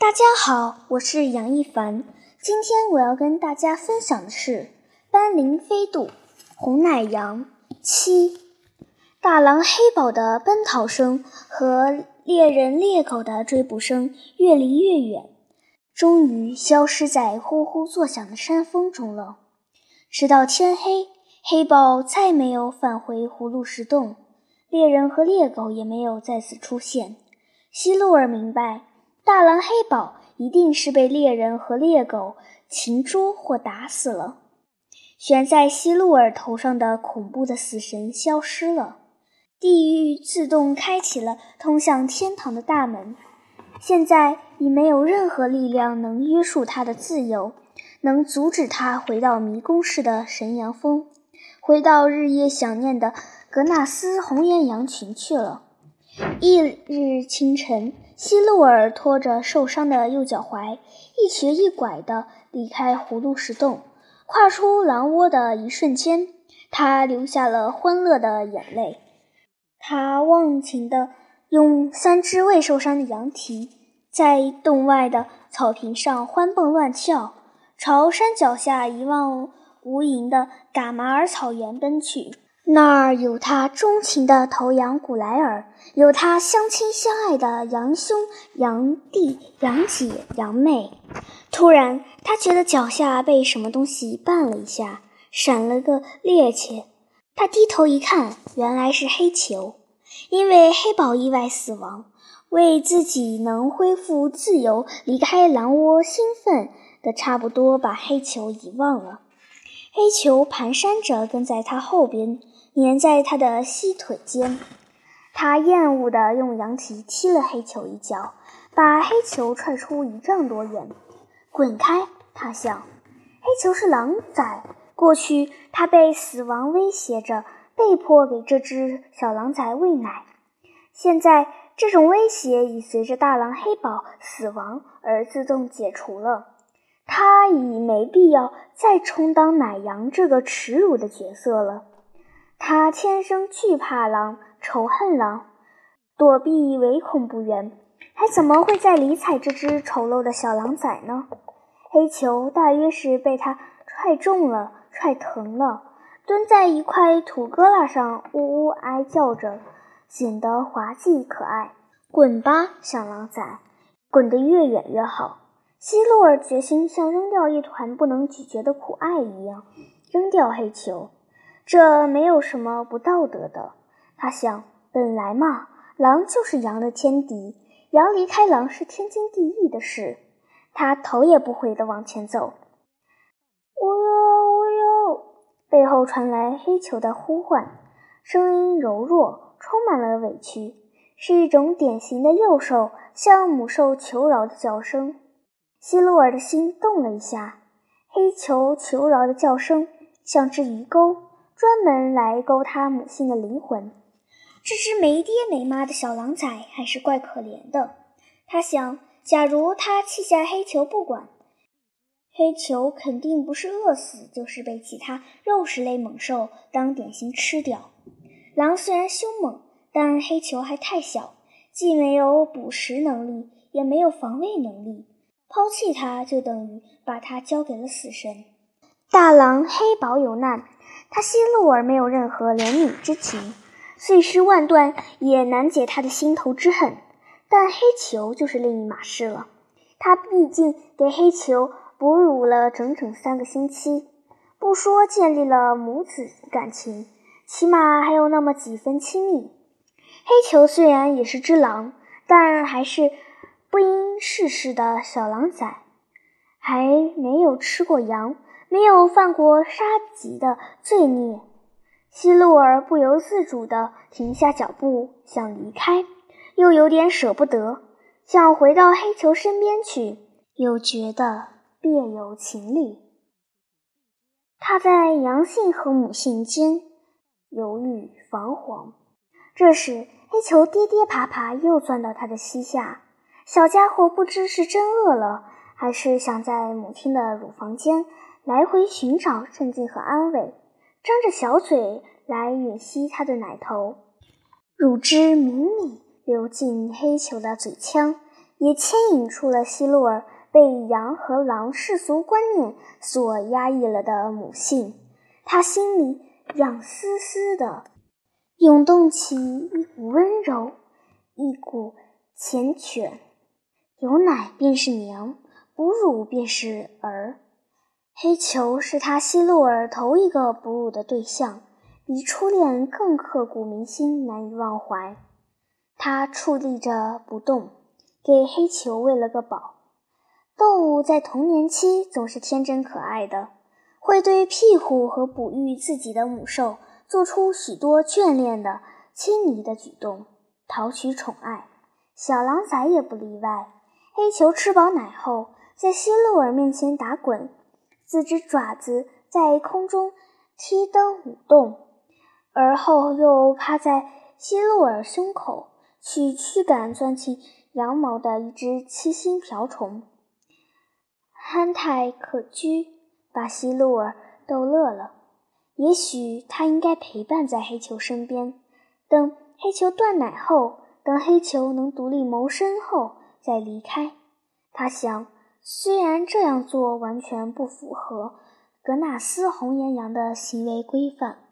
大家好，我是杨一凡。今天我要跟大家分享的是斑羚飞渡、红奶羊7。大狼黑宝的奔逃声和猎人猎狗的追捕声越离越远，终于消失在呼呼作响的山峰中了。直到天黑，黑宝再没有返回葫芦石洞，猎人和猎狗也没有再次出现。希洛尔明白，大狼黑宝一定是被猎人和猎狗擒捉或打死了。悬在希洛尔头上的恐怖的死神消失了，地狱自动开启了通向天堂的大门。现在已没有任何力量能约束他的自由，能阻止他回到迷宫式的神羊峰，回到日夜想念的格纳斯红岩羊群去了。一日清晨，希洛尔拖着受伤的右脚踝，一瘸一拐地离开葫芦石洞。跨出狼窝的一瞬间，他流下了欢乐的眼泪。他忘情地用3只未受伤的羊蹄在洞外的草坪上欢蹦乱跳，朝山脚下一望无垠的噶玛尔草原奔去。那儿有他钟情的头羊古莱尔，有他相亲相爱的羊兄、羊弟、羊姐、羊妹。突然，他觉得脚下被什么东西绊了一下，闪了个趔趄。他低头一看，原来是黑球。因为黑宝意外死亡，为自己能恢复自由离开狼窝兴奋的差不多把黑球遗忘了。黑球蹒跚着跟在他后边，粘在他的膝腿间。他厌恶地用羊蹄踢了黑球一脚，把黑球踹出1丈多远。滚开，他想。黑球是狼崽，过去他被死亡威胁着，被迫给这只小狼崽喂奶。现在这种威胁已随着大狼黑宝死亡而自动解除了。他已没必要再充当奶羊这个耻辱的角色了。他天生惧怕狼，仇恨狼，躲避唯恐不远，还怎么会再理睬这只丑陋的小狼崽呢？黑球大约是被他踹中了，踹疼了，蹲在一块土疙瘩上呜呜哀叫着，显得滑稽可爱。滚吧，小狼崽，滚得越远越好。希洛尔决心像扔掉一团不能咀嚼的苦艾一样扔掉黑球，这没有什么不道德的。他想，本来嘛，狼就是羊的天敌，羊离开狼是天经地义的事。他头也不回地往前走。呜哟呜哟，背后传来黑球的呼唤，声音柔弱，充满了委屈，是一种典型的幼兽向母兽求饶的叫声。希洛尔的心动了一下，黑球求饶的叫声像只鱼钩，专门来勾他母性的灵魂。这只没爹没妈的小狼崽还是怪可怜的。他想，假如他弃下黑球不管，黑球肯定不是饿死，就是被其他肉食类猛兽当点心吃掉。狼虽然凶猛，但黑球还太小，既没有捕食能力，也没有防卫能力。抛弃它就等于把它交给了死神。大狼黑宝有难，他希洛尔没有任何怜悯之情，碎尸万段也难解他的心头之恨。但黑球就是另一码事了，他毕竟给黑球哺乳了整整3个星期，不说建立了母子感情，起码还有那么几分亲密。黑球虽然也是只狼，但还是不谙世事的小狼崽，还没有吃过羊，没有犯过杀级的罪孽。希洛尔不由自主地停下脚步，想离开，又有点舍不得，想回到黑球身边去，又觉得别有情理。他在阳性和母性间犹豫彷徨。这时，黑球跌跌爬爬又钻到他的膝下。小家伙不知是真饿了，还是想在母亲的乳房间来回寻找镇静和安慰，张着小嘴来吮吸他的奶头。乳汁抿抿流进黑球的嘴腔， 也牵引出了希洛尔被羊和狼世俗观念所压抑了的母性。他心里痒丝丝的，涌动起一股温柔，一股缱绻。有奶便是娘，哺乳便是儿。黑球是他希洛尔头一个哺乳的对象，比初恋更刻骨铭心，难以忘怀。他矗立着不动，给黑球喂了个饱。动物在童年期总是天真可爱的，会对庇护和哺育自己的母兽做出许多眷恋的、亲昵的举动，讨取宠爱。小狼崽也不例外。黑球吃饱奶后，在希洛尔面前打滚，四只爪子在空中踢蹬舞动，而后又趴在希洛尔胸口，去驱赶钻进羊毛的一只七星瓢虫。憨态可掬，把希洛尔逗乐了。也许他应该陪伴在黑球身边，等黑球断奶后，等黑球能独立谋生后再离开。他想，虽然这样做完全不符合格纳斯红岩羊的行为规范，